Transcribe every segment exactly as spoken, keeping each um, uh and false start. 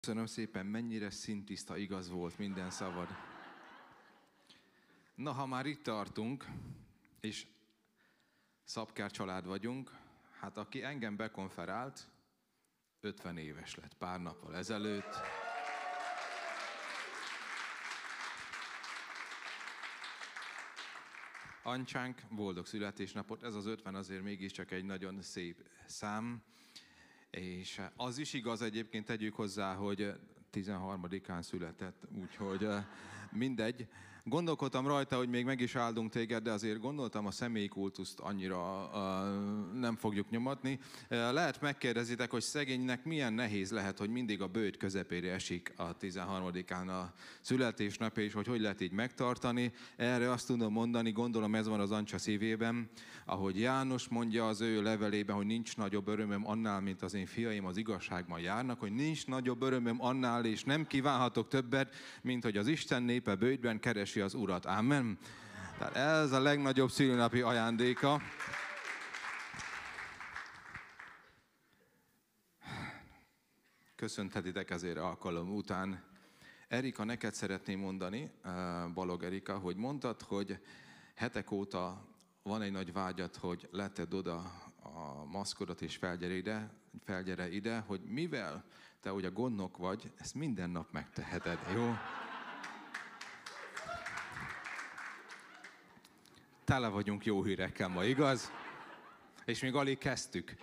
Köszönöm szépen, mennyire szintiszta, igaz volt minden szavad. Na, ha már itt tartunk, és Szabkár család vagyunk, hát aki engem bekonferált, ötven éves lett pár nappal ezelőtt. Ancsánk, boldog születésnapot, ez az ötven azért mégiscsak egy nagyon szép szám. És az is igaz egyébként, tegyük hozzá, hogy tizenharmadikán született, úgyhogy mindegy. Gondolkodtam rajta, hogy még meg is áldunk téged, de azért gondoltam, a személyi kultuszt annyira uh, nem fogjuk nyomatni. Uh, lehet megkérdezitek, hogy szegénynek milyen nehéz lehet, hogy mindig a bőjt közepére esik a tizenharmadikán a születésnapja, és hogy hogy lehet így megtartani. Erre azt tudom mondani, gondolom ez van az Ancsa szívében, ahogy János mondja az ő levelében, hogy nincs nagyobb örömöm annál, mint az én fiaim az igazságban járnak, hogy nincs nagyobb örömöm annál, és nem kívánhatok többet, mint hogy az Isten népe bőjtben keresi az Urat. Amen. Tehát ez a legnagyobb szülinapi ajándéka. Köszönhetitek ezért alkalom után. Erika, neked szeretném mondani, Balog Erika, hogy mondtad, hogy hetek óta van egy nagy vágyat, hogy letedd oda a maszkodat és felgyere ide, felgyere ide, hogy mivel te ugye gondnok vagy, ezt minden nap megteheted, jó? Tele vagyunk jó hírekkel ma, igaz? És még alig kezdtük.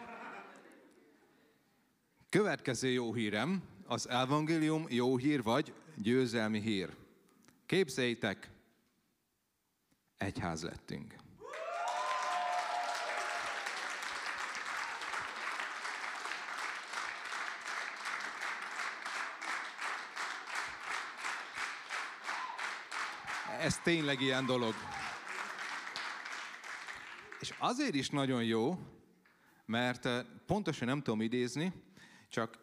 Következő jó hírem, az evangélium jó hír vagy győzelmi hír. Képzeljétek, egyház lettünk. Ez tényleg ilyen dolog. És azért is nagyon jó, mert pontosan nem tudom idézni, csak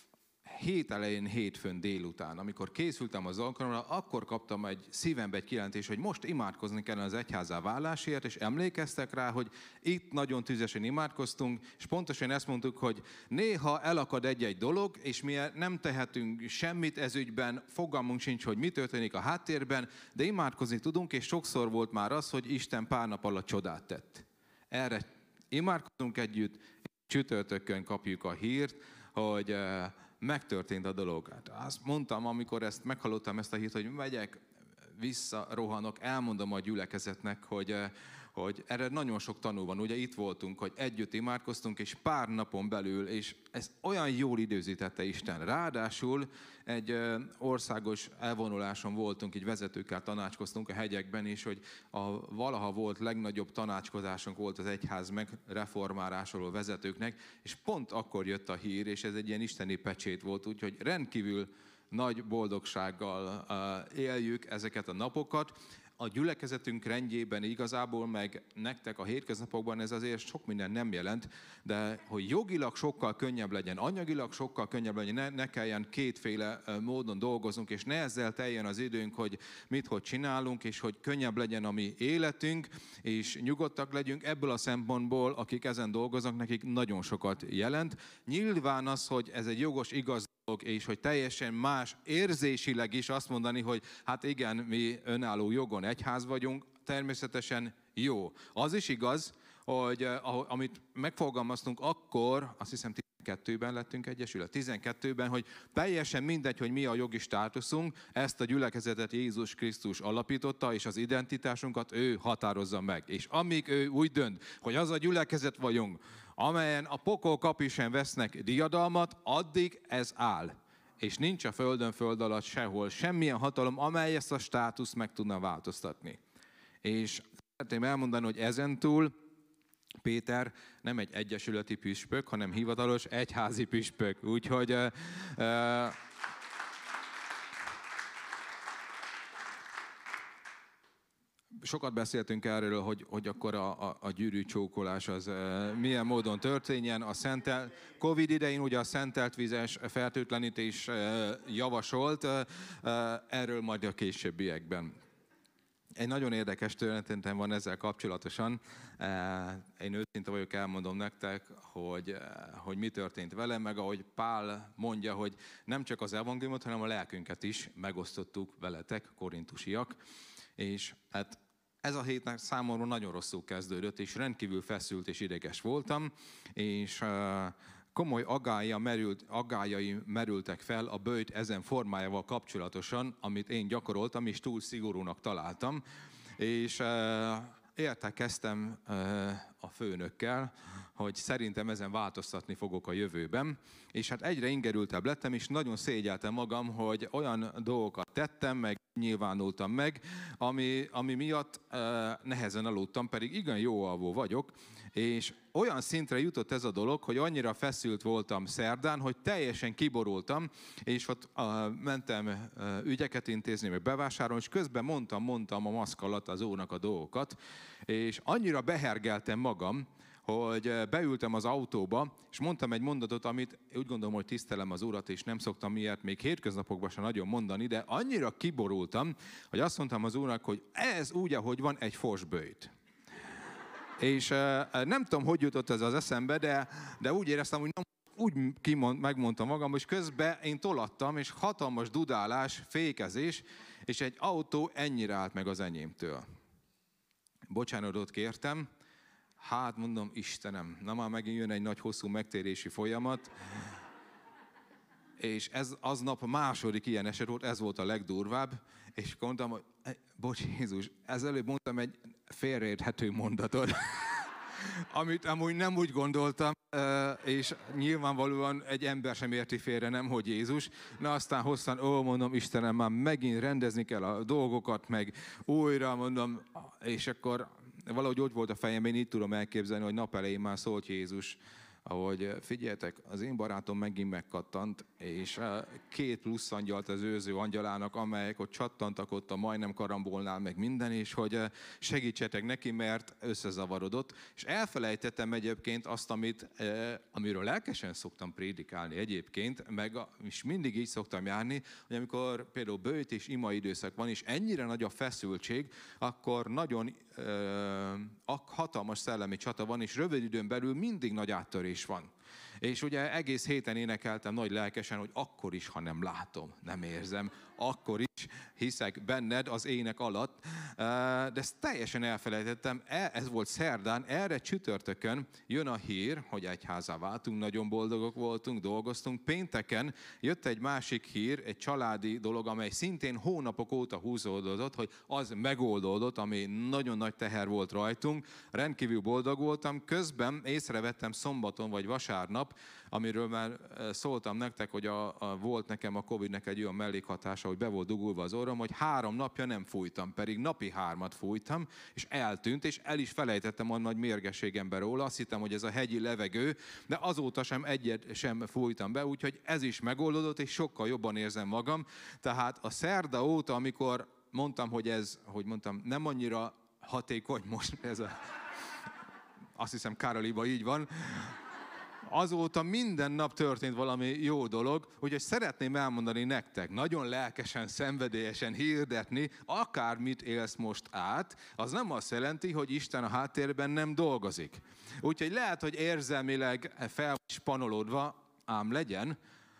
hét elején, hétfőn délután, amikor készültem az alkalomra, akkor kaptam egy szívembe egy kijelentést, hogy most imádkozni kellene az egyházzá válásért, és emlékeztek rá, hogy itt nagyon tüzesen imádkoztunk, és pontosan ezt mondtuk, hogy néha elakad egy-egy dolog, és mi nem tehetünk semmit ez ügyben, fogalmunk sincs, hogy mi történik a háttérben, de imádkozni tudunk, és sokszor volt már az, hogy Isten pár nap alatt csodát tett. Erre imádkozunk együtt, csütörtökön kapjuk a hírt, hogy megtörtént a dolog. Hát azt mondtam, amikor ezt meghallottam ezt a hírt, hogy megyek, visszarohanok, elmondom a gyülekezetnek, hogy, hogy erre nagyon sok tanul van. Ugye itt voltunk, hogy együtt imádkoztunk, és pár napon belül, és ez olyan jól időzítette Isten. Ráadásul egy országos elvonuláson voltunk, így vezetőkkel tanácskoztunk a hegyekben is, hogy a valaha volt legnagyobb tanácskozásunk volt az egyház megreformálásról vezetőknek, és pont akkor jött a hír, és ez egy ilyen isteni pecsét volt, úgyhogy rendkívül nagy boldogsággal éljük ezeket a napokat. A gyülekezetünk rendjében igazából, meg nektek a hétköznapokban ez azért sok minden nem jelent, de hogy jogilag sokkal könnyebb legyen, anyagilag sokkal könnyebb legyen, ne, ne kelljen kétféle módon dolgozunk, és ne ezzel teljen az időnk, hogy mit, hogy csinálunk, és hogy könnyebb legyen a mi életünk, és nyugodtak legyünk. Ebből a szempontból, akik ezen dolgoznak, nekik nagyon sokat jelent. Nyilván az, hogy ez egy jogos, igaz, és hogy teljesen más érzésileg is azt mondani, hogy hát igen, mi önálló jogon egyház vagyunk, természetesen jó. Az is igaz, hogy amit megfogalmaztunk akkor, azt hiszem tizenkettőben lettünk egyesület, tizenkettőben, hogy teljesen mindegy, hogy mi a jogi státuszunk, ezt a gyülekezetet Jézus Krisztus alapította, és az identitásunkat ő határozza meg. És amíg ő úgy dönt, hogy az a gyülekezet vagyunk, amelyen a pokol kapi sem vesznek diadalmat, addig ez áll. És nincs a földön föld alatt sehol semmilyen hatalom, amely ezt a státuszt meg tudna változtatni. És szeretném elmondani, hogy ezentúl Péter nem egy egyesületi püspök, hanem hivatalos egyházi püspök. Úgyhogy uh, uh, sokat beszéltünk erről, hogy, hogy akkor a, a, a gyűrűcsókolás az uh, milyen módon történjen. A szentel, Covid idején ugye a szentelt vizes fertőtlenítés uh, javasolt, uh, erről majd a későbbiekben. Egy nagyon érdekes történetem van ezzel kapcsolatosan. Én őszinte vagyok, elmondom nektek, hogy, hogy mi történt velem, meg ahogy Pál mondja, hogy nem csak az evangéliumot, hanem a lelkünket is megosztottuk veletek, korintusiak. És hát ez a hétnek számomra nagyon rosszul kezdődött, és rendkívül feszült és ideges voltam, és komoly agálya merült, agályai merültek fel a böjt ezen formájával kapcsolatosan, amit én gyakoroltam, és túl szigorúnak találtam. És e, értekeztem e, a főnökkel, hogy szerintem ezen változtatni fogok a jövőben. És hát egyre ingerültebb lettem, és nagyon szégyeltem magam, hogy olyan dolgokat tettem, meg nyilvánultam meg, ami, ami miatt e, nehezen aludtam, pedig igen jó alvó vagyok, és olyan szintre jutott ez a dolog, hogy annyira feszült voltam szerdán, hogy teljesen kiborultam, és ott uh, mentem uh, ügyeket intézni, meg bevásárolni, és közben mondtam, mondtam a maszk alatt az ónak a dolgokat, és annyira behergeltem magam, hogy beültem az autóba, és mondtam egy mondatot, amit úgy gondolom, hogy tisztelem az Urat, és nem szoktam ilyet még hétköznapokban sem nagyon mondani, de annyira kiborultam, hogy azt mondtam az Úrnak, hogy ez úgy, ahogy van, egy forsböjt. És uh, nem tudom, hogy jutott ez az eszembe, de, de úgy éreztem, hogy nem, úgy kimond, megmondtam magam, hogy közben én tolattam, és hatalmas dudálás, fékezés, és egy autó ennyire állt meg az enyémtől. Bocsánatot kértem, hát mondom, Istenem, na már megint jön egy nagy hosszú megtérési folyamat, és ez aznap második ilyen eset volt, ez volt a legdurvább, és mondtam, hogy bocs Jézus, ezelőtt mondtam egy félreérthető mondatot, amit amúgy nem úgy gondoltam, és nyilvánvalóan egy ember sem érti félre, nem hogy Jézus. Na aztán hosszan, ó, mondom, Istenem, már megint rendezni kell a dolgokat, meg újra mondom, és akkor valahogy ott volt a fejem, én így tudom elképzelni, hogy nap elején már szólt Jézus, ahogy figyeljetek, az én barátom megint megkattant, és két plusz angyalt az őrző angyalának, amelyek ott csattantak ott a majdnem karambolnál, meg minden, és hogy segítsetek neki, mert összezavarodott. És elfelejtettem egyébként azt, amit, amiről lelkesen szoktam prédikálni egyébként, meg is mindig így szoktam járni, hogy amikor például böjt és ima időszak van, és ennyire nagy a feszültség, akkor nagyon hatalmas szellemi csata van, és rövid időn belül mindig nagy áttörés van. És ugye egész héten énekeltem nagy lelkesen, hogy akkor is, ha nem látom, nem érzem, akkor is hiszek benned az ének alatt, de ezt teljesen elfelejtettem, ez volt szerdán, erre csütörtökön jön a hír, hogy egyházá váltunk, nagyon boldogok voltunk, dolgoztunk, pénteken jött egy másik hír, egy családi dolog, amely szintén hónapok óta húzódott, hogy az megoldódott, ami nagyon nagy teher volt rajtunk, rendkívül boldog voltam, közben észrevettem szombaton vagy vasárnap, amiről már szóltam nektek, hogy a, a, volt nekem a Covidnek egy olyan mellékhatása, hogy be volt dugulva az orrom, hogy három napja nem fújtam, pedig napi hármat fújtam, és eltűnt, és el is felejtettem a nagy mérgességemben róla, azt hittem, hogy ez a hegyi levegő, de azóta sem egyet sem fújtam be, úgyhogy ez is megoldódott, és sokkal jobban érzem magam. Tehát a szerda óta, amikor mondtam, hogy ez, hogy mondtam, nem annyira hatékony most, ez a, azt hiszem Károliba így van, azóta minden nap történt valami jó dolog, úgyhogy szeretném elmondani nektek, nagyon lelkesen, szenvedélyesen hirdetni, akármit élsz most át, az nem azt jelenti, hogy Isten a háttérben nem dolgozik. Úgyhogy lehet, hogy érzelmileg fel vagy spanolodva, ám legyen,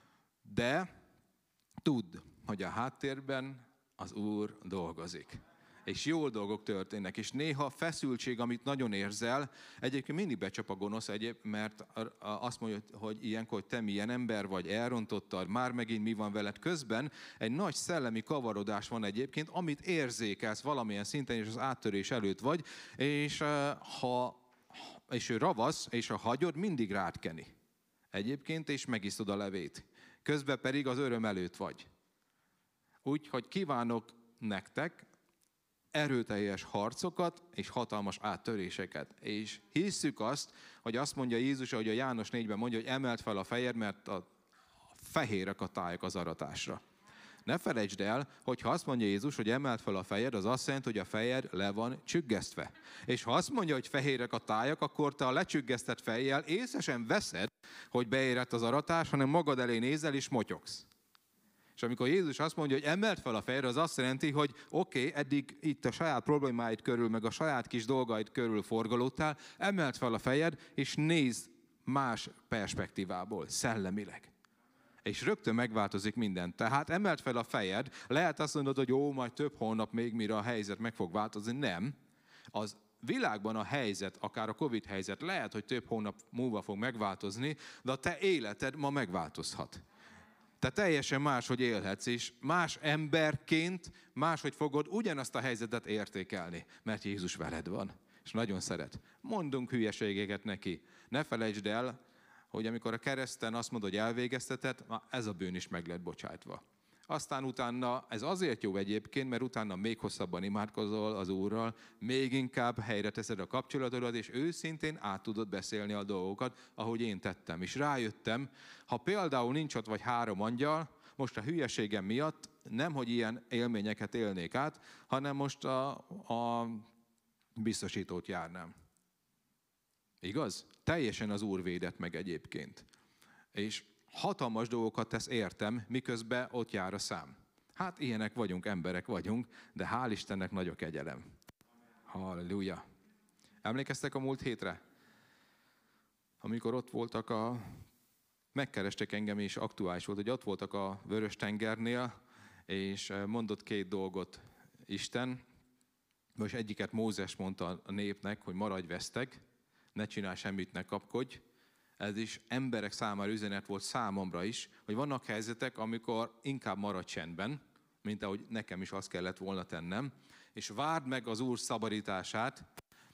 de tudd, hogy a háttérben az Úr dolgozik. És jó dolgok történnek, és néha a feszültség, amit nagyon érzel, egyébként mindig becsap a gonosz, egyéb, mert azt mondja, hogy ilyenkor, hogy te milyen ember vagy, elrontottad, már megint mi van veled. Közben egy nagy szellemi kavarodás van egyébként, amit érzékelsz valamilyen szinten, és az áttörés előtt vagy, és ha és ő ravasz, és ha hagyod, mindig rád keni. Egyébként, és megiszod a levét. Közben pedig az öröm előtt vagy. Úgyhogy kívánok nektek erőteljes harcokat és hatalmas áttöréseket. És hisszük azt, hogy azt mondja Jézus, ahogy a János négyben mondja, hogy emelt fel a fejed, mert a fehérek a tájak az aratásra. Ne felejtsd el, hogy ha azt mondja Jézus, hogy emelt fel a fejed, az azt jelenti, hogy a fejed le van csüggesztve. És ha azt mondja, hogy fehérek a tájak, akkor te a lecsüggesztett fejjel észre sem veszed, hogy beérett az aratás, hanem magad elé nézel és motyogsz. És amikor Jézus azt mondja, hogy emelt fel a fejedre, az azt jelenti, hogy oké, okay, eddig itt a saját problémáid körül, meg a saját kis dolgaid körül forgolódtál, emelt fel a fejed, és nézd más perspektívából, szellemileg. És rögtön megváltozik minden. Tehát emelt fel a fejed, lehet azt mondod, hogy jó, majd több hónap még, mire a helyzet meg fog változni. Nem. Az világban a helyzet, akár a Covid helyzet, lehet, hogy több hónap múlva fog megváltozni, de a te életed ma megváltozhat. Te teljesen máshogy élhetsz, és más emberként máshogy fogod ugyanazt a helyzetet értékelni, mert Jézus veled van, és nagyon szeret. Mondunk hülyeségeket neki. Ne felejtsd el, hogy amikor a kereszten azt mondod, hogy elvégezteted, ez a bűn is meg lett bocsátva. Aztán utána, ez azért jó egyébként, mert utána még hosszabban imádkozol az Úrral, még inkább helyre teszed a kapcsolatodat, és őszintén át tudod beszélni a dolgokat, ahogy én tettem. És rájöttem, ha például nincs ott vagy három angyal, most a hülyeségem miatt nem, hogy ilyen élményeket élnék át, hanem most a, a biztosítót járnám. Igaz? Teljesen az Úr védett meg egyébként. És hatalmas dolgokat tesz értem, miközben ott jár a szám. Hát ilyenek vagyunk, emberek vagyunk, de hál' Istennek nagy a kegyelem. Halleluja. Emlékeztek a múlt hétre? Amikor ott voltak a... Megkerestek engem, és aktuális volt, hogy ott voltak a Vörös-tengernél, és mondott két dolgot Isten. Most egyiket Mózes mondta a népnek, hogy maradj veszteg, ne csinálj semmit, ne kapkodj. Ez is emberek számára üzenet volt számomra is, hogy vannak helyzetek, amikor inkább maradj csendben, mint ahogy nekem is azt kellett volna tennem, és várd meg az Úr szabadítását.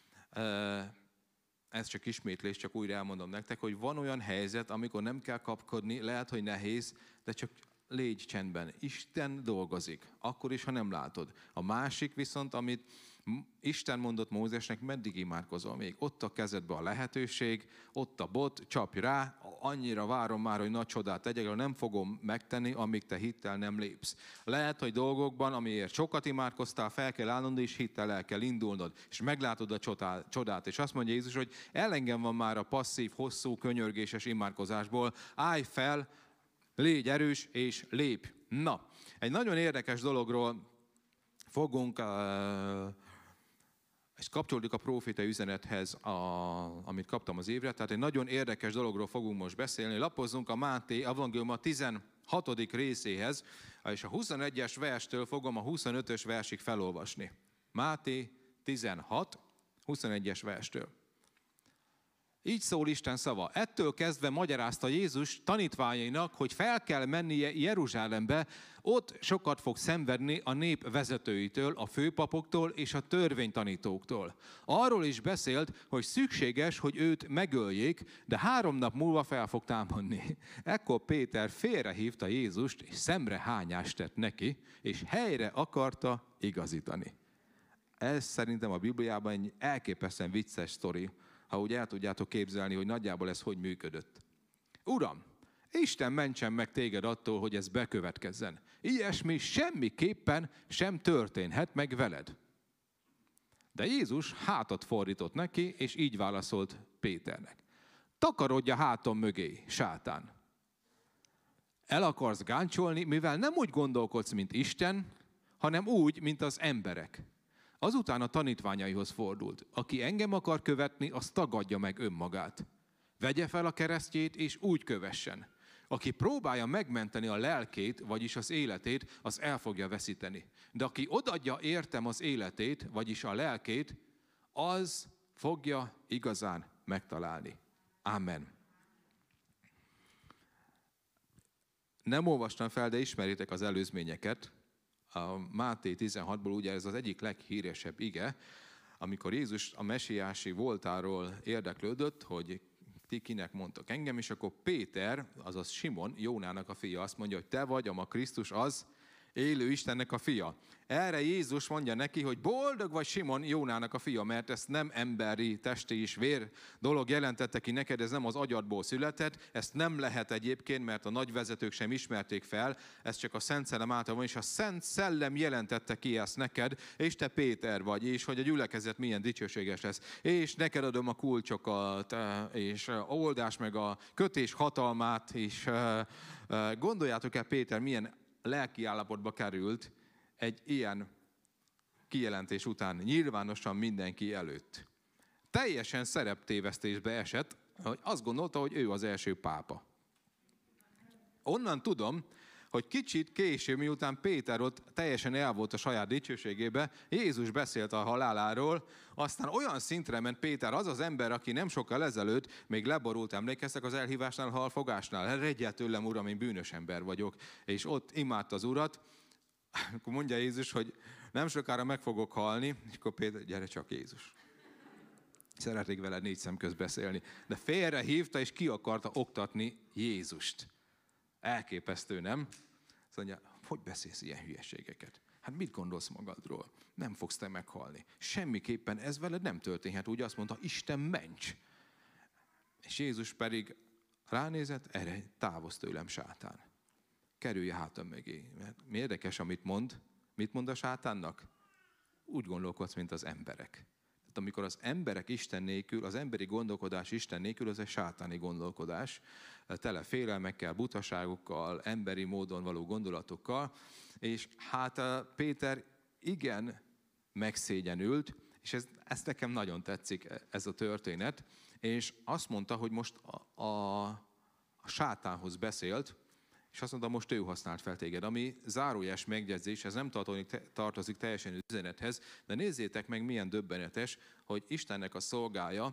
Ez csak ismétlés, csak újra elmondom nektek, hogy van olyan helyzet, amikor nem kell kapkodni, lehet, hogy nehéz, de csak légy csendben. Isten dolgozik, akkor is, ha nem látod. A másik viszont, amit Isten mondott Mózesnek, meddig imádkozol még? Ott a kezedben a lehetőség, ott a bot, csapj rá, annyira várom már, hogy nagy csodát tegyek, nem fogom megtenni, amíg te hittel nem lépsz. Lehet, hogy dolgokban, amiért sokat imádkoztál, fel kell állnod, és hittel el kell indulnod, és meglátod a csodát. És azt mondja Jézus, hogy elengem van már a passzív, hosszú, könyörgéses imádkozásból, állj fel, légy erős, és lépj. Na, egy nagyon érdekes dologról fogunk... Uh, és kapcsolódik a próféta üzenethez, a, amit kaptam az évre. Tehát egy nagyon érdekes dologról fogunk most beszélni. Lapozzunk a Máté evangélium a tizenhatodik részéhez, és a huszonegyes verstől fogom a huszonötös versig felolvasni. Máté tizenhat, huszonegyes verstől. Így szól Isten szava. Ettől kezdve magyarázta Jézus tanítványainak, hogy fel kell mennie Jeruzsálembe, ott sokat fog szenvedni a nép vezetőitől, a főpapoktól és a törvénytanítóktól. Arról is beszélt, hogy szükséges, hogy őt megöljék, de három nap múlva fel fog támadni. Ekkor Péter félrehívta Jézust, és szemrehányást tett neki, és helyre akarta igazítani. Ez szerintem a Bibliában egy elképesztően vicces sztori, ha úgy el tudjátok képzelni, hogy nagyjából ez hogy működött. Uram, Isten mentsen meg téged attól, hogy ez bekövetkezzen. Ilyesmi semmiképpen sem történhet meg veled. De Jézus hátat fordított neki, és így válaszolt Péternek. Takarodj a hátam mögé, sátán. El akarsz gáncsolni, mivel nem úgy gondolkodsz, mint Isten, hanem úgy, mint az emberek. Azután a tanítványaihoz fordult. Aki engem akar követni, az tagadja meg önmagát. Vegye fel a keresztjét, és úgy kövessen. Aki próbálja megmenteni a lelkét, vagyis az életét, az el fogja veszíteni. De aki odaadja értem az életét, vagyis a lelkét, az fogja igazán megtalálni. Amen. Nem olvastam fel, de ismeritek az előzményeket. A Máté tizenhatból ugye ez az egyik leghíresebb ige, amikor Jézus a mesiási voltáról érdeklődött, hogy ti kinek mondtak engem, és akkor Péter, azaz Simon, Jónának a fia, azt mondja, hogy te vagy a Krisztus, az élő Istennek a fia. Erre Jézus mondja neki, hogy boldog vagy Simon, Jónának a fia, mert ezt nem emberi, testi és vér dolog jelentette ki neked, ez nem az agyadból született, ezt nem lehet egyébként, mert a nagy vezetők sem ismerték fel, ez csak a Szent Szellem által van, és a Szent Szellem jelentette ki ezt neked, és te Péter vagy, és hogy a gyülekezet milyen dicsőséges lesz, és neked adom a kulcsokat, és oldás meg a kötés hatalmát, és gondoljátok el Péter, milyen lelki állapotba került egy ilyen kijelentés után nyilvánosan mindenki előtt. Teljesen szereptévesztésbe esett, hogy azt gondolta, hogy ő az első pápa. Onnan tudom, hogy kicsit később, miután Péter ott teljesen el volt a saját dicsőségébe, Jézus beszélt a haláláról, aztán olyan szintre ment Péter, az az ember, aki nem sokkal ezelőtt még leborult, emlékeztek az elhívásnál, a halfogásnál? Eredj tőlem, Uram, én bűnös ember vagyok. És ott imádta az Urat, akkor mondja Jézus, hogy nem sokára meg fogok halni, és akkor Péter, gyere csak Jézus. Szeretnék veled négy szem közt beszélni. De félre hívta, és ki akarta oktatni Jézust. Elképesztő, nem? Azt mondja, hogy beszélsz ilyen hülyeségeket? Hát mit gondolsz magadról? Nem fogsz te meghalni. Semmiképpen ez veled nem történhet. Úgy azt mondta, Isten ments! És Jézus pedig ránézett, erre távozz tőlem, sátán. Kerülj hátam mögé. Mert mi érdekes, amit mond? Mit mond a sátánnak? Úgy gondolkodsz, mint az emberek. Tehát amikor az emberek Isten nélkül, az emberi gondolkodás Isten nélkül, az egy sátáni gondolkodás, tele félelmekkel, butaságokkal, emberi módon való gondolatokkal, és hát Péter igen megszégyenült, és ez, ez nekem nagyon tetszik, ez a történet, és azt mondta, hogy most a, a, a sátánhoz beszélt, és azt mondta, most ő használt fel téged. Ami zárójeles megjegyzés, ez nem tartozik teljesen az üzenethez, de nézzétek meg, milyen döbbenetes, hogy Istennek a szolgája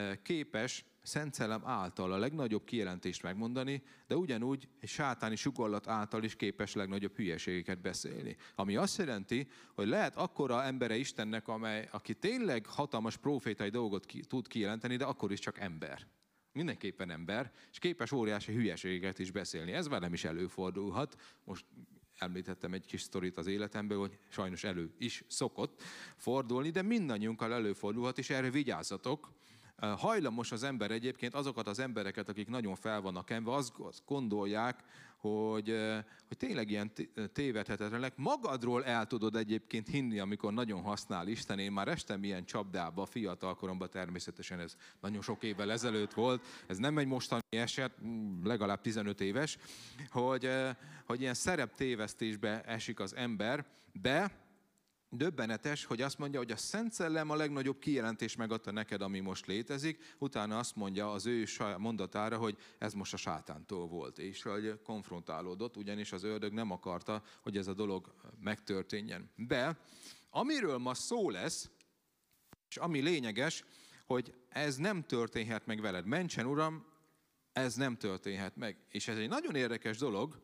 képes Szent Szellem által a legnagyobb kijelentést megmondani, de ugyanúgy egy sátáni sugorlat által is képes legnagyobb hülyeségeket beszélni. Ami azt jelenti, hogy lehet akkora embere Istennek, amely, aki tényleg hatalmas profétai dolgot ki, tud kijelenteni, de akkor is csak ember. Mindenképpen ember, és képes óriási hülyeségeket is beszélni. Ez velem is előfordulhat. Most említettem egy kis sztorit az életemből, hogy sajnos elő is szokott fordulni, de mindannyiunkkal előfordulhat, és erre vigyázzatok. Hajlamos az ember egyébként azokat az embereket, akik nagyon fel vannak enve, azt gondolják, hogy, hogy tényleg ilyen tévedhetetlenek. Magadról el tudod egyébként hinni, amikor nagyon használ Isten. Én már estem ilyen csapdába, fiatal koromban, természetesen ez nagyon sok évvel ezelőtt volt. Ez nem egy mostani eset, legalább tizenöt éves, hogy, hogy ilyen szereptévesztésbe esik az ember, de döbbenetes, hogy azt mondja, hogy a Szent Szellem a legnagyobb kijelentés megadta neked, ami most létezik, utána azt mondja az ő mondatára, hogy ez most a sátántól volt, és hogy konfrontálódott, ugyanis az ördög nem akarta, hogy ez a dolog megtörténjen. De amiről ma szó lesz, és ami lényeges, hogy ez nem történhet meg veled. Mentsen, Uram, ez nem történhet meg. És ez egy nagyon érdekes dolog,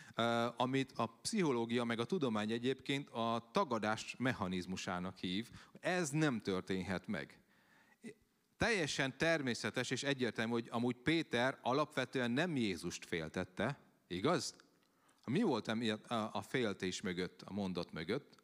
amit a pszichológia meg a tudomány egyébként a tagadás mechanizmusának hív. Ez nem történhet meg. Teljesen természetes és egyértelmű, hogy amúgy Péter alapvetően nem Jézust féltette, igaz? Mi volt a féltés mögött, a mondat mögött?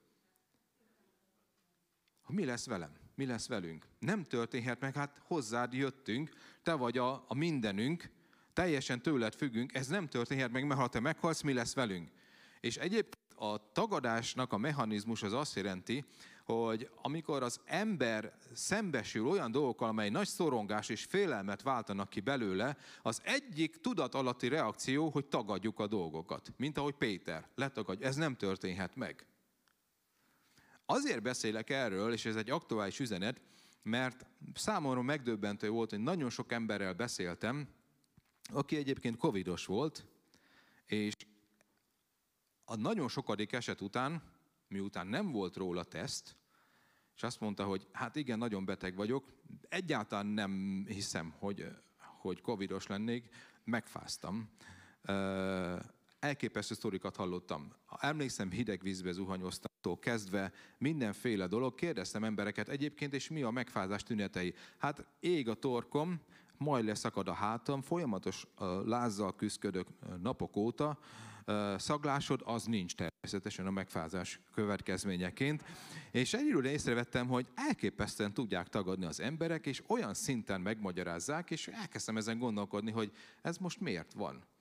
Mi lesz velem? Mi lesz velünk? Nem történhet meg, hát hozzád jöttünk, te vagy a, a mindenünk, teljesen tőled függünk, ez nem történhet meg, mert ha te meghalsz, mi lesz velünk? És egyébként a tagadásnak a mechanizmus az azt jelenti, hogy amikor az ember szembesül olyan dolgokkal, amely nagy szorongás és félelmet váltanak ki belőle, az egyik tudatalatti reakció, hogy tagadjuk a dolgokat. Mint ahogy Péter letagadja, ez nem történhet meg. Azért beszélek erről, és ez egy aktuális üzenet, mert számomra megdöbbentő volt, hogy nagyon sok emberrel beszéltem, aki egyébként covidos volt, és a nagyon sokadik eset után, miután nem volt róla teszt, és azt mondta, hogy hát igen, nagyon beteg vagyok, egyáltalán nem hiszem, hogy, hogy covidos lennék, megfáztam. Elképesztő sztorikat hallottam. Emlékszem, hideg vízbe zuhanyoztamtól kezdve mindenféle dolog. Kérdeztem embereket egyébként, és mi a megfázás tünetei? Hát ég a torkom, majd leszakad a hátam, folyamatos lázzal küzdködök napok óta, szaglásod az nincs természetesen a megfázás következményeként. És egy időre észrevettem, hogy elképesztően tudják tagadni az emberek, és olyan szinten megmagyarázzák, és elkezdtem ezen gondolkodni, hogy ez most miért van.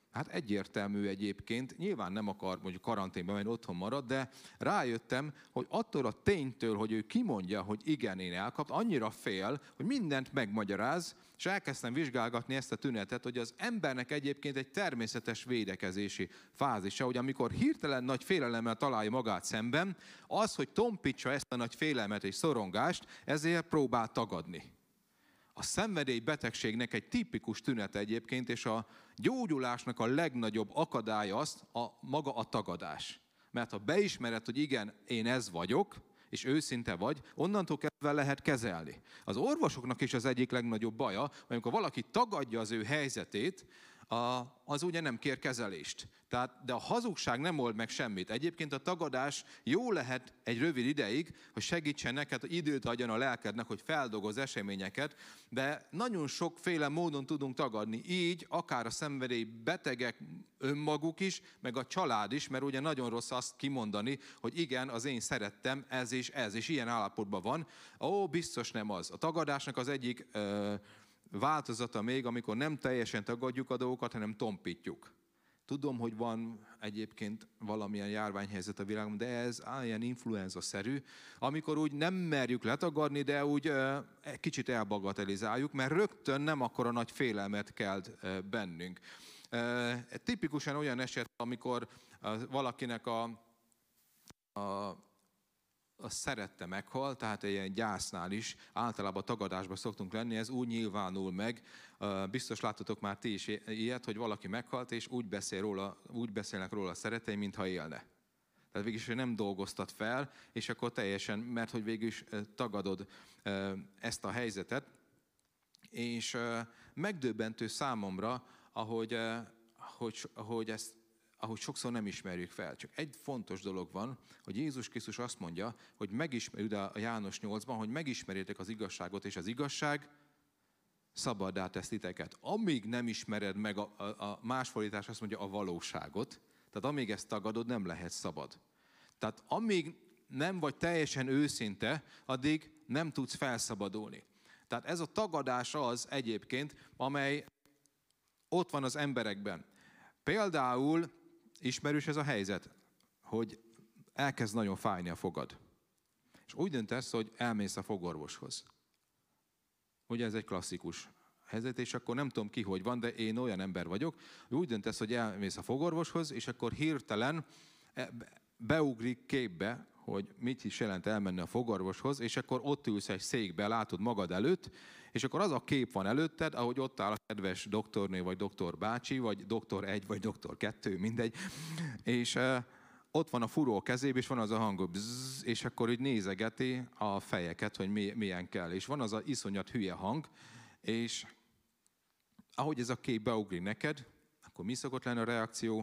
Hát egyértelmű egyébként, nyilván nem akar mondjuk karanténba menni, otthon marad, de rájöttem, hogy attól a ténytől, hogy ő kimondja, hogy igen, én elkaptam, annyira fél, hogy mindent megmagyaráz, és elkezdtem vizsgálgatni ezt a tünetet, hogy az embernek egyébként egy természetes védekezési fázisa, hogy amikor hirtelen nagy félelemmel találja magát szemben, az, hogy tompítsa ezt a nagy félelmet és szorongást, ezért próbál tagadni. A szenvedélybetegségnek egy tipikus tünete egyébként, és a gyógyulásnak a legnagyobb akadálya az a maga a tagadás. Mert ha beismered, hogy igen, én ez vagyok, és őszinte vagy, onnantól kezdve lehet kezelni. Az orvosoknak is az egyik legnagyobb baja, amikor valaki tagadja az ő helyzetét, az ugye nem kér kezelést. Tehát, de a hazugság nem old meg semmit. Egyébként a tagadás jó lehet egy rövid ideig, hogy segítsen neked, hogy időt adjon a lelkednek, hogy feldolgozz eseményeket, de nagyon sokféle módon tudunk tagadni. Így akár a szenvedély betegek önmaguk is, meg a család is, mert ugye nagyon rossz azt kimondani, hogy igen, az én szerettem, ez és ez, és ilyen állapotban van. Ó, biztos nem az. A tagadásnak az egyik ö, változata még, amikor nem teljesen tagadjuk a dolgokat, hanem tompítjuk. Tudom, hogy van egyébként valamilyen járványhelyzet a világon, de ez á, ilyen influenza-szerű, amikor úgy nem merjük letagadni, de úgy uh, kicsit elbagatelizáljuk, mert rögtön nem akkora nagy félelmet kelt uh, bennünk. Uh, tipikusan olyan eset, amikor uh, valakinek a, a a szerette meghal, tehát egy ilyen gyásznál is általában tagadásban szoktunk lenni, ez úgy nyilvánul meg. Biztos láttatok már ti is ilyet, hogy valaki meghalt, és úgy, beszél róla, úgy beszélnek róla a szerettei, mintha élne. Tehát végülis nem dolgoztat fel, és akkor teljesen, mert hogy végülis tagadod ezt a helyzetet. És megdöbbentő számomra, ahogy, ahogy, ahogy ezt ahogy sokszor nem ismerjük fel. Csak egy fontos dolog van, hogy Jézus Krisztus azt mondja, hogy megismerjük, a János nyolcban, hogy megismerjétek az igazságot, és az igazság szabaddá tesz titeket. Amíg nem ismered meg, a, a, a más fordítás azt mondja, a valóságot, tehát amíg ezt tagadod, nem lehet szabad. Tehát amíg nem vagy teljesen őszinte, addig nem tudsz felszabadulni. Tehát ez a tagadás az egyébként, amely ott van az emberekben. Például ismerős ez a helyzet, hogy elkezd nagyon fájni a fogad. És úgy döntesz, hogy elmész a fogorvoshoz. Ugye ez egy klasszikus helyzet, és akkor nem tudom ki, hogy van, de én olyan ember vagyok, hogy úgy döntesz, hogy elmész a fogorvoshoz, és akkor hirtelen beugrik képbe, hogy mit is jelent elmenni a fogorvoshoz, és akkor ott ülsz egy székbe, látod magad előtt, és akkor az a kép van előtted, ahogy ott áll a kedves doktornő, vagy doktor bácsi, vagy doktor egy, vagy doktor kettő, mindegy, és uh, ott van a furó a kezében, és van az a hang, bzzz, és akkor úgy nézegeti a fejeket, hogy mi, milyen kell. És van az a iszonyat hülye hang, és ahogy ez a kép beugrik neked, akkor mi szokott lenni a reakció?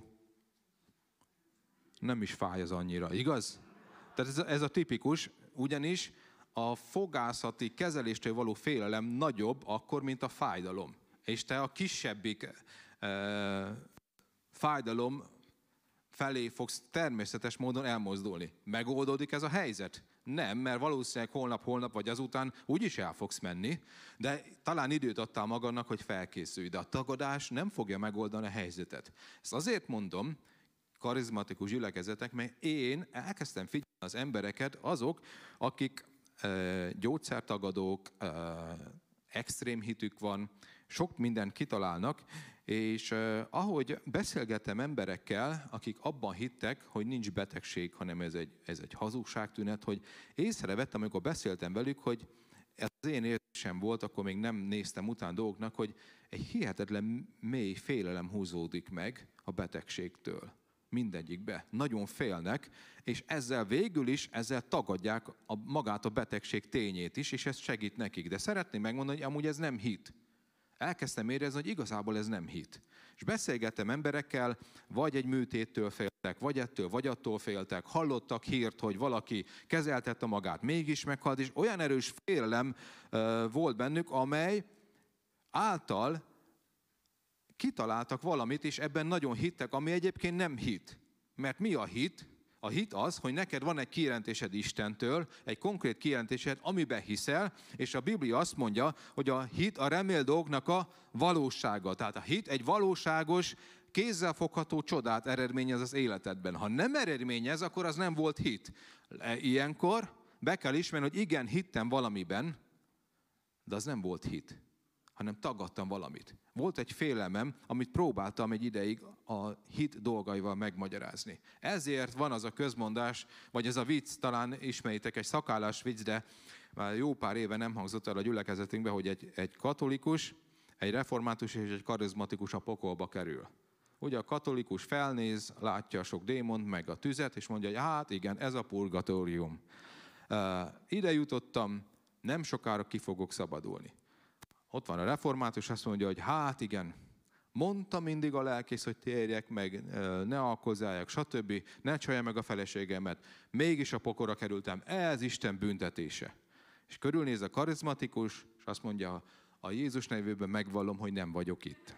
Nem is fáj az annyira, igaz? Tehát ez a, ez a tipikus, ugyanis a fogászati kezeléstől való félelem nagyobb akkor, mint a fájdalom. És te a kisebbik e, fájdalom felé fogsz természetes módon elmozdulni. Megoldódik ez a helyzet? Nem, mert valószínűleg holnap, holnap vagy azután úgyis el fogsz menni, de talán időt adtál magadnak, hogy felkészülj. De a tagadás nem fogja megoldani a helyzetet. Ezt azért mondom, karizmatikus gyülekezetek, mert én elkezdtem figyelni az embereket, azok, akik e, gyógyszertagadók, e, extrém hitük van, sok mindent kitalálnak, és eh, ahogy beszélgettem emberekkel, akik abban hittek, hogy nincs betegség, hanem ez egy, ez egy hazugságtünet, hogy észrevettem, amikor beszéltem velük, hogy ez az én érzésem volt, akkor még nem néztem után dolgoknak, hogy egy hihetetlen mély félelem húzódik meg a betegségtől. Mindegyikbe. Nagyon félnek, és ezzel végül is, ezzel tagadják a, magát a betegség tényét is, és ez segít nekik. De szeretném megmondani, hogy amúgy ez nem hit. Elkezdtem érezni, hogy igazából ez nem hit. És beszélgettem emberekkel, vagy egy műtéttől féltek, vagy ettől, vagy attól féltek, hallottak hírt, hogy valaki kezeltette magát, mégis meghalt, és olyan erős félelem uh, volt bennük, amely által kitaláltak valamit, és ebben nagyon hittek, ami egyébként nem hit. Mert mi a hit? A hit az, hogy neked van egy kijelentésed Istentől, egy konkrét kijelentésed, amiben hiszel, és a Biblia azt mondja, hogy a hit a remélt dolgoknak a valósága. Tehát a hit egy valóságos kézzelfogható csodát eredményez az életedben. Ha nem eredményez, akkor az nem volt hit. Ilyenkor be kell ismerni, hogy igen, hittem valamiben, de az nem volt hit, hanem tagadtam valamit. Volt egy félelmem, amit próbáltam egy ideig a hit dolgaival megmagyarázni. Ezért van az a közmondás, vagy ez a vicc, talán ismeritek, egy szakállás vicc, de már jó pár éve nem hangzott el a gyülekezetünkbe, hogy egy, egy katolikus, egy református és egy karizmatikus a pokolba kerül. Ugye a katolikus felnéz, látja a sok démont, meg a tüzet, és mondja, hogy hát igen, ez a purgatórium. Uh, ide jutottam, nem sokára ki fogok szabadulni. Ott van a református, azt mondja, hogy hát igen, mondta mindig a lelkész, hogy térjek meg, ne alkozzáljak, stb. Ne csalja meg a feleségemet. Mégis a pokolra kerültem. Ez Isten büntetése. És körülnéz a karizmatikus, és azt mondja, a Jézus nevében megvallom, hogy nem vagyok itt.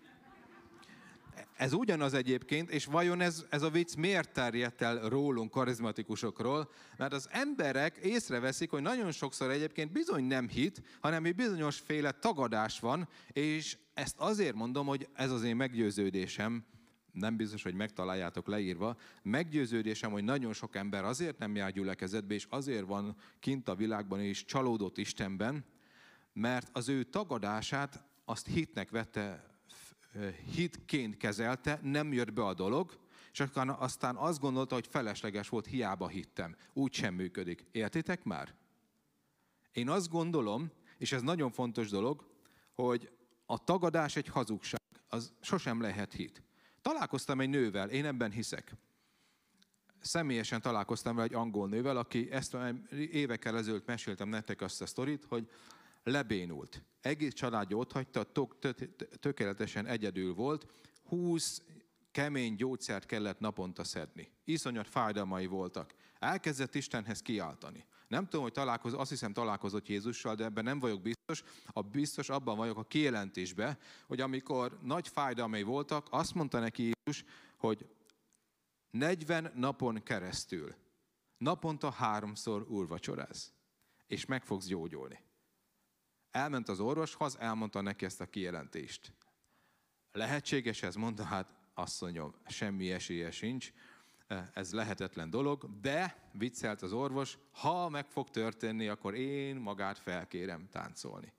Ez ugyanaz egyébként, és vajon ez, ez a vicc miért terjedt el rólunk, karizmatikusokról? Mert az emberek észreveszik, hogy nagyon sokszor egyébként bizony nem hit, hanem egy bizonyos féle tagadás van, és ezt azért mondom, hogy ez az én meggyőződésem, nem biztos, hogy megtaláljátok leírva, meggyőződésem, hogy nagyon sok ember azért nem jár gyülekezetbe, és azért van kint a világban, és csalódott Istenben, mert az ő tagadását azt hitnek vette, hitként kezelte, nem jött be a dolog, és aztán azt gondolta, hogy felesleges volt, hiába hittem. Úgy sem működik. Értitek már? Én azt gondolom, és ez nagyon fontos dolog, hogy a tagadás egy hazugság. Az sosem lehet hit. Találkoztam egy nővel, én ebben hiszek. Személyesen találkoztam vele egy angol nővel, aki ezt évekkel ezelőtt meséltem nektek azt a sztorit, hogy lebénult. Egész családja otthagyta, tökéletesen egyedül volt, húsz kemény gyógyszert kellett naponta szedni. Iszonyat fájdalmai voltak. Elkezdett Istenhez kiáltani. Nem tudom, hogy találkozott, azt hiszem találkozott Jézussal, de ebben nem vagyok biztos. A biztos abban vagyok a kijelentésben, hogy amikor nagy fájdalmai voltak, azt mondta neki Jézus, hogy negyven napon keresztül, naponta háromszor úrvacsoráz, és meg fogsz gyógyulni. Elment az orvoshoz, elmondta neki ezt a kijelentést. Lehetséges ez? Mondta, hát asszonyom, semmi esélye sincs, ez lehetetlen dolog, de viccelt az orvos, ha meg fog történni, akkor én magát felkérem táncolni.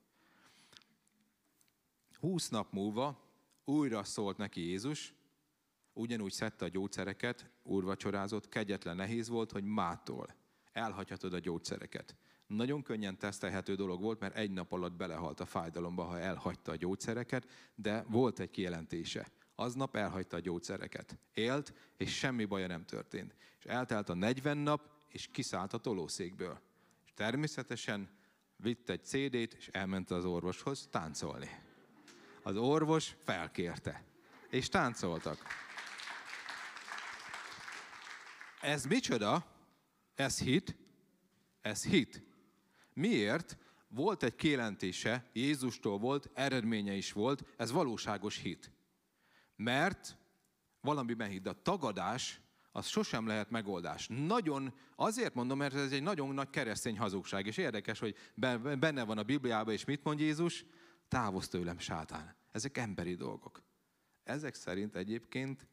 Húsz nap múlva újra szólt neki Jézus, ugyanúgy szedte a gyógyszereket, úrvacsorázott, kegyetlen nehéz volt, hogy mától elhagyhatod a gyógyszereket. Nagyon könnyen tesztelhető dolog volt, mert egy nap alatt belehalt a fájdalomba, ha elhagyta a gyógyszereket, de volt egy kijelentése. Aznap elhagyta a gyógyszereket. Élt, és semmi baja nem történt. És eltelt a negyven nap, és kiszállt a tolószékből. És természetesen vitt egy cé dét, és elment az orvoshoz táncolni. Az orvos felkérte, és táncoltak. Ez micsoda? Ez hit? Ez hit. Miért? Volt egy kijelentése, Jézustól volt, eredménye is volt, ez valóságos hit. Mert valamiben hit, de a tagadás, az sosem lehet megoldás. Nagyon, azért mondom, mert ez egy nagyon nagy keresztény hazugság, és érdekes, hogy benne van a Bibliában, és mit mond Jézus? Távozz tőlem, sátán. Ezek emberi dolgok. Ezek szerint egyébként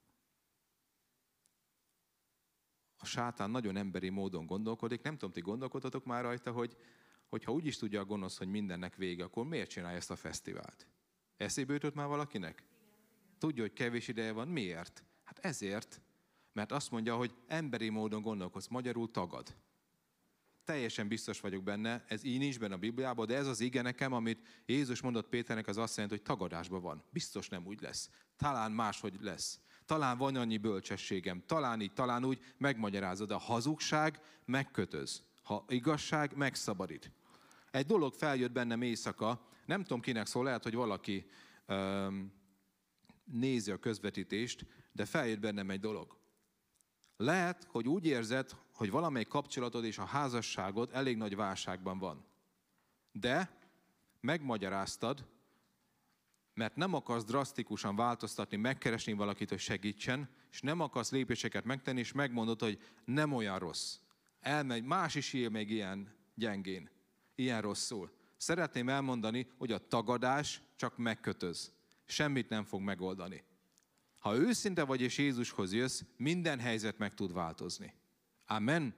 a sátán nagyon emberi módon gondolkodik. Nem tudom, ti gondolkodtatok már rajta, hogy hogyha úgy is tudja a gonosz, hogy mindennek vége, akkor miért csinálja ezt a fesztivált? Eszébe jutott már valakinek? Tudja, hogy kevés ideje van. Miért? Hát ezért, mert azt mondja, hogy emberi módon gondolkodsz, magyarul tagad. Teljesen biztos vagyok benne, ez így nincs benne a Bibliában, de ez az ige nekem, amit Jézus mondott Péternek, az azt jelenti, hogy tagadásban van. Biztos nem úgy lesz. Talán máshogy lesz. Talán van annyi bölcsességem, talán így, talán úgy, megmagyarázod. A hazugság megkötöz. Ha igazság, megszabadít. Egy dolog feljött bennem éjszaka, nem tudom kinek szól, lehet, hogy valaki um, nézi a közvetítést, de feljött bennem egy dolog. Lehet, hogy úgy érzed, hogy valamelyik kapcsolatod és a házasságod elég nagy válságban van. De megmagyaráztad, mert nem akarsz drasztikusan változtatni, megkeresni valakit, hogy segítsen, és nem akarsz lépéseket megtenni, és megmondod, hogy nem olyan rossz. Elmegy, más is él még ilyen gyengén, ilyen rosszul. Szeretném elmondani, hogy a tagadás csak megkötöz. Semmit nem fog megoldani. Ha őszinte vagy és Jézushoz jössz, minden helyzet meg tud változni. Amen.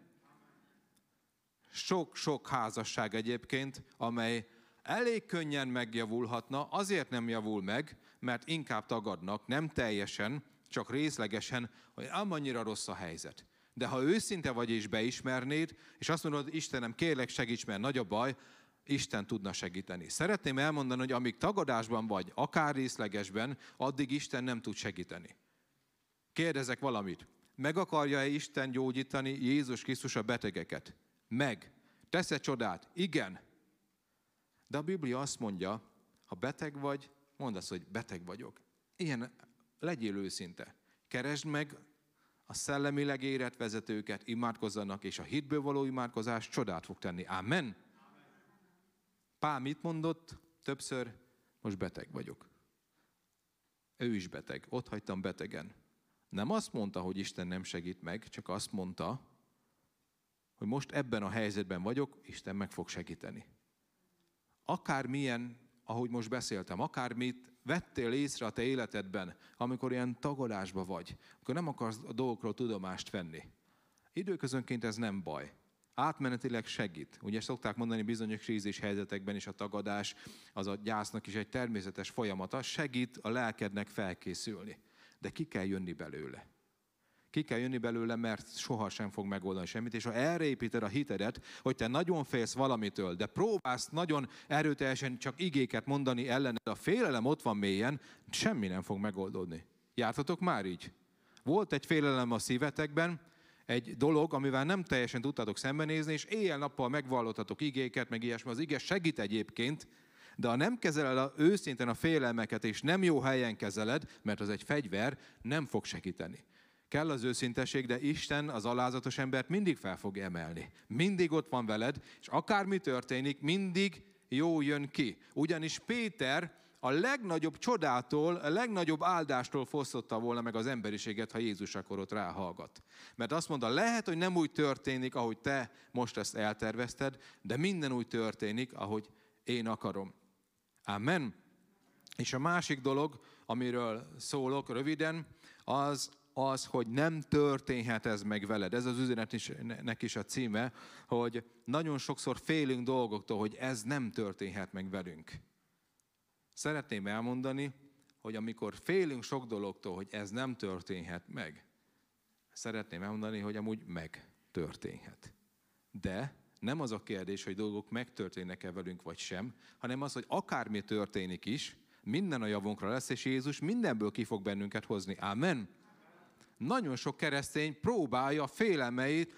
Sok-sok házasság egyébként, amely elég könnyen megjavulhatna, azért nem javul meg, mert inkább tagadnak, nem teljesen, csak részlegesen, hogy annyira rossz a helyzet. De ha őszinte vagy és beismernéd, és azt mondod, Istenem, kérlek segíts, mert nagy a baj, Isten tudna segíteni. Szeretném elmondani, hogy amíg tagadásban vagy, akár részlegesben, addig Isten nem tud segíteni. Kérdezek valamit. Meg akarja-e Isten gyógyítani Jézus Krisztus a betegeket? Meg. Tesz-e csodát? Igen. De a Biblia azt mondja, ha beteg vagy, mondd azt, hogy beteg vagyok. Ilyen, legyél őszinte. Keresd meg a szellemileg érett vezetőket, imádkozzanak, és a hitből való imádkozás csodát fog tenni. Amen. Pál mit mondott? Többször, most beteg vagyok. Ő is beteg. Ott hagytam betegen. Nem azt mondta, hogy Isten nem segít meg, csak azt mondta, hogy most ebben a helyzetben vagyok, Isten meg fog segíteni. Akármilyen, ahogy most beszéltem, akármit vettél észre a te életedben, amikor ilyen tagadásba vagy, akkor nem akarsz a dolgokról tudomást venni. Időközönként ez nem baj. Átmenetileg segít. Ugye szokták mondani bizonyos krízis helyzetekben is a tagadás, az a gyásznak is egy természetes folyamata, segít a lelkednek felkészülni. De ki kell jönni belőle. Ki kell jönni belőle, mert sohasem fog megoldani semmit, és ha erre építed a hitedet, hogy te nagyon félsz valamitől, de próbálsz nagyon erőteljesen csak igéket mondani ellened, a félelem ott van mélyen, semmi nem fog megoldódni. Jártatok már így? Volt egy félelem a szívetekben, egy dolog, amivel nem teljesen tudtatok szembenézni, és éjjel-nappal megvallottatok igéket, meg ilyesmi. Az ige segít egyébként, de ha nem kezeled a, őszintén a félelmeket, és nem jó helyen kezeled, mert az egy fegyver, nem fog segíteni. Kell az őszintesség, de Isten az alázatos embert mindig fel fog emelni. Mindig ott van veled, és akármi történik, mindig jó jön ki. Ugyanis Péter a legnagyobb csodától, a legnagyobb áldástól fosztotta volna meg az emberiséget, ha Jézus akkor ott ráhallgat. Mert azt mondta, lehet, hogy nem úgy történik, ahogy te most ezt eltervezted, de minden úgy történik, ahogy én akarom. Amen. És a másik dolog, amiről szólok röviden, az az, hogy nem történhet ez meg veled. Ez az üzenetnek is a címe, hogy nagyon sokszor félünk dolgoktól, hogy ez nem történhet meg velünk. Szeretném elmondani, hogy amikor félünk sok dologtól, hogy ez nem történhet meg, szeretném elmondani, hogy amúgy megtörténhet. De nem az a kérdés, hogy dolgok megtörténnek-e velünk vagy sem, hanem az, hogy akármi történik is, minden a javunkra lesz, és Jézus mindenből ki fog bennünket hozni. Amen. Nagyon sok keresztény próbálja a félelmeit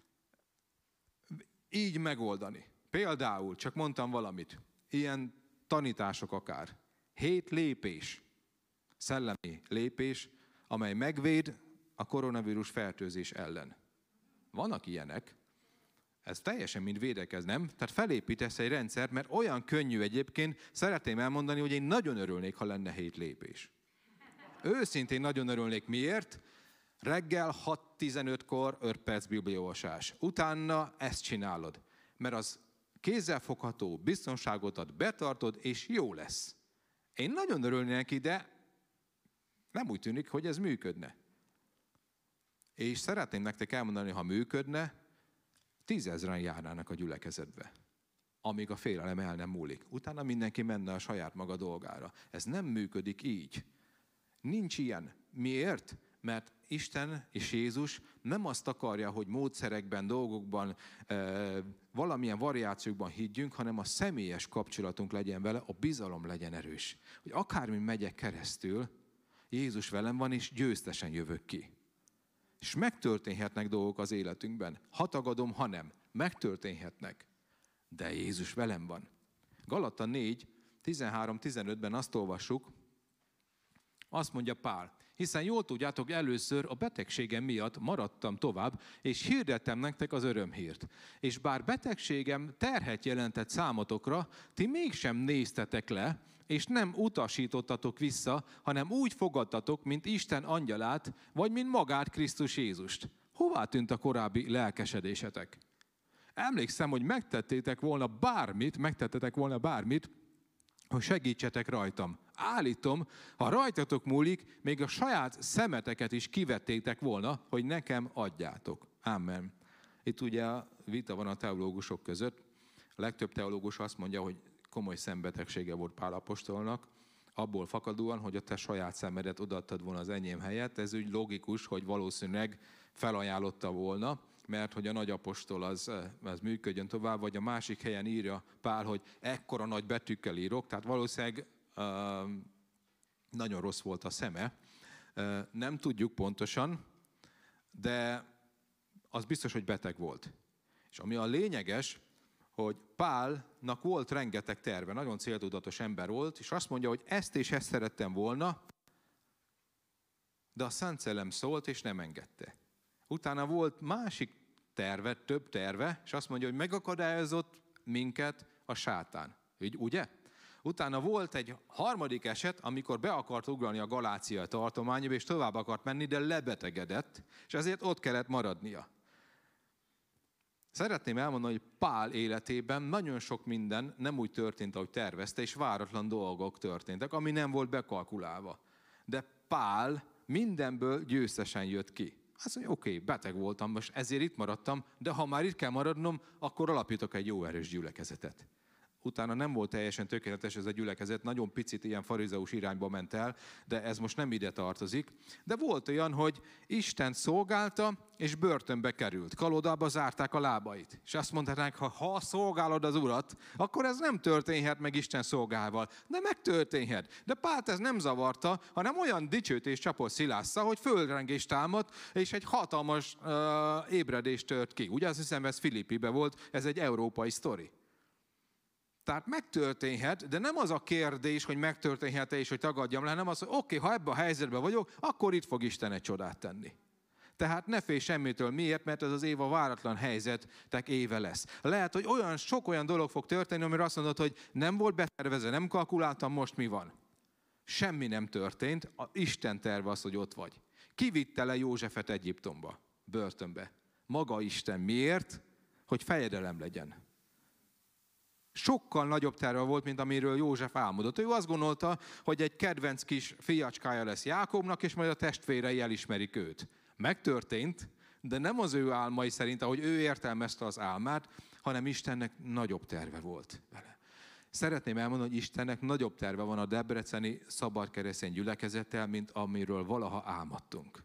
így megoldani. Például, csak mondtam valamit, ilyen tanítások akár. Hét lépés, szellemi lépés, amely megvéd a koronavírus fertőzés ellen. Vannak ilyenek. Ez teljesen mind védekez, nem? Tehát felépítesz egy rendszert, mert olyan könnyű egyébként, szeretném elmondani, hogy én nagyon örülnék, ha lenne hét lépés. Őszintén nagyon örülnék. Miért? Reggel hat tizenötkor öt perc bibliaolvasás. Utána ezt csinálod, mert az kézzelfogható, biztonságot ad, betartod, és jó lesz. Én nagyon örülnék neki, de nem úgy tűnik, hogy ez működne. És szeretném nektek elmondani, ha működne, tízezren járnának a gyülekezetbe, amíg a félelem el nem múlik. Utána mindenki menne a saját maga dolgára. Ez nem működik így. Nincs ilyen. Miért? Mert Isten és Jézus nem azt akarja, hogy módszerekben, dolgokban, e, valamilyen variációkban higgyünk, hanem a személyes kapcsolatunk legyen vele, a bizalom legyen erős. Hogy akármi megyek keresztül, Jézus velem van, és győztesen jövök ki. És megtörténhetnek dolgok az életünkben. Ha tagadom, ha nem. Megtörténhetnek. De Jézus velem van. Galata négy, tizenhárom tizenötben azt olvassuk, azt mondja Pál, hiszen jól tudjátok, először a betegségem miatt maradtam tovább, és hirdettem nektek az örömhírt. És bár betegségem terhet jelentett számotokra, ti mégsem néztetek le, és nem utasítottatok vissza, hanem úgy fogadtatok, mint Isten angyalát, vagy mint magát Krisztus Jézust. Hová tűnt a korábbi lelkesedésetek? Emlékszem, hogy megtettétek volna bármit, megtettetek volna bármit, hogy segítsetek rajtam. állítom, ha rajtatok múlik, még a saját szemeteket is kivettétek volna, hogy nekem adjátok. Amen. Itt ugye a vita van a teológusok között. A legtöbb teológus azt mondja, hogy komoly szembetegsége volt Pál apostolnak, abból fakadóan, hogy a te saját szemedet odaadtad volna az enyém helyett. Ez úgy logikus, hogy valószínűleg felajánlotta volna, mert hogy a nagy apostol az, az működjön tovább, vagy a másik helyen írja Pál, hogy ekkora nagy betűkkel írok, tehát valószínűleg uh, nagyon rossz volt a szeme. Uh, nem tudjuk pontosan, de az biztos, hogy beteg volt. És ami a lényeges, hogy Pálnak volt rengeteg terve, nagyon céltudatos ember volt, és azt mondja, hogy ezt és ezt szerettem volna, de a Szent Szellem szólt, és nem engedte. Utána volt másik terve, több terve, és azt mondja, hogy megakadályozott minket a sátán. Úgy, ugye? Utána volt egy harmadik eset, amikor be akart ugrani a Galácia tartományba, és tovább akart menni, de lebetegedett, és ezért ott kellett maradnia. Szeretném elmondani, hogy Pál életében nagyon sok minden nem úgy történt, ahogy tervezte, és váratlan dolgok történtek, ami nem volt bekalkulálva. De Pál mindenből győztesen jött ki. Azt mondja, oké, okay, beteg voltam, most ezért itt maradtam, de ha már itt kell maradnom, akkor alapítok egy jó erős gyülekezetet. Utána nem volt teljesen tökéletes ez a gyülekezet, nagyon picit ilyen farizeus irányba ment el, de ez most nem ide tartozik. De volt olyan, hogy Isten szolgálta, és börtönbe került. Kalodába zárták a lábait. És azt mondták, ha, ha szolgálod az Urat, akkor ez nem történhet meg Isten szolgálval. De megtörténhet. De Pált ez nem zavarta, hanem olyan dicsőtés csapott Szilásza, hogy földrengés támadt, és egy hatalmas uh, ébredés tört ki. Ugye azt hiszem, ez Filippibe volt, ez egy európai sztori. Tehát megtörténhet, de nem az a kérdés, hogy megtörténhet-e és hogy tagadjam le, hanem az, hogy oké, okay, ha ebben a helyzetben vagyok, akkor itt fog Isten egy csodát tenni. Tehát ne félj semmitől. Miért? Mert ez az év a váratlan helyzetek éve lesz. Lehet, hogy olyan sok olyan dolog fog történni, amire azt mondod, hogy nem volt betervezve, nem kalkuláltam, most mi van. Semmi nem történt, a Isten terve az, hogy ott vagy. Ki vitte le Józsefet Egyiptomba, börtönbe? Maga Isten. Miért? Hogy fejedelem legyen. Sokkal nagyobb terve volt, mint amiről József álmodott. Ő azt gondolta, hogy egy kedvenc kis fiacskája lesz Jákobnak, és majd a testvérei elismerik őt. Megtörtént, de nem az ő álmai szerint, ahogy ő értelmezte az álmát, hanem Istennek nagyobb terve volt vele. Szeretném elmondani, hogy Istennek nagyobb terve van a debreceni szabadkeresztény gyülekezettel, mint amiről valaha álmodtunk.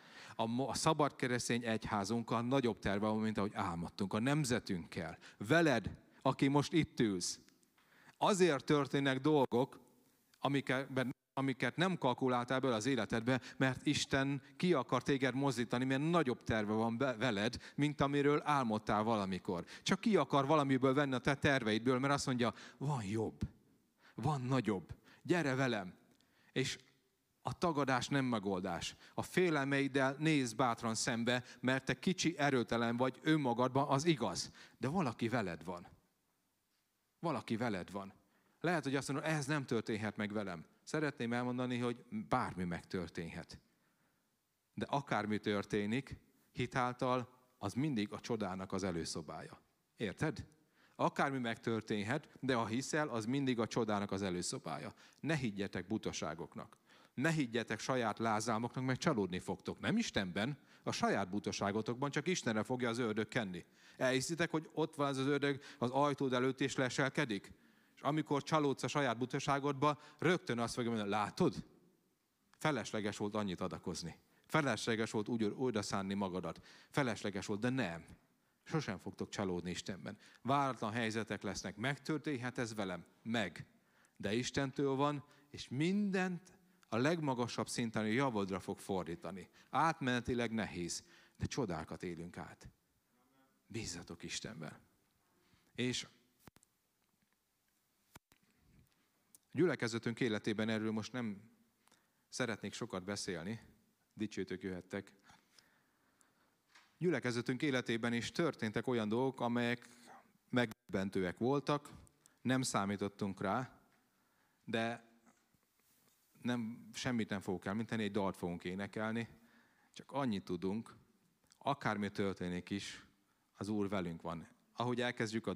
A szabadkeresztény egyházunkkal nagyobb terve van, mint ahogy álmodtunk. A nemzetünkkel, veled, aki most itt ülsz. Azért történnek dolgok, amiket, amiket nem kalkuláltál bele az életedbe, mert Isten ki akar téged mozdítani, mert nagyobb terve van veled, mint amiről álmodtál valamikor. Csak ki akar valamiből venni a te terveidből, mert azt mondja, van jobb, van nagyobb, gyere velem. És a tagadás nem megoldás. A félelmeiddel nézz bátran szembe, mert te kicsi, erőtelen vagy önmagadban, az igaz. De valaki veled van. Valaki veled van. Lehet, hogy azt mondod, ez nem történhet meg velem. Szeretném elmondani, hogy bármi megtörténhet. De akármi történik, hitáltal, az mindig a csodának az előszobája. Érted? Akármi megtörténhet, de ha hiszel, az mindig a csodának az előszobája. Ne higgyetek butaságoknak. Ne higgyetek saját lázálmoknak, mert csalódni fogtok. Nem Istenben, a saját butaságotokban, csak Istenre fogja az ördög kenni. Elhiszitek, hogy ott van az, az ördög az ajtód előtt és leselkedik? És amikor csalódsz a saját butaságodba, rögtön azt fogja mondani, látod? Felesleges volt annyit adakozni. Felesleges volt úgy oda szánni magadat. Felesleges volt, de nem. Sosem fogtok csalódni Istenben. Váratlan helyzetek lesznek. Megtörténhet ez velem? Meg. De Istentől van, és mindent a legmagasabb szinten a javodra fog fordítani. Átmenetileg nehéz, de csodákat élünk át. Bízzatok Istenben. És a gyülekezetünk életében erről most nem szeretnék sokat beszélni, dicsőtök jöhettek. Gyülekezetünk életében is történtek olyan dolgok, amelyek megdöbbentőek voltak, nem számítottunk rá, de nem, semmit nem fogok elminteni, egy dalt fogunk énekelni, csak annyit tudunk, akármi történik is, az Úr velünk van. Ahogy elkezdjük a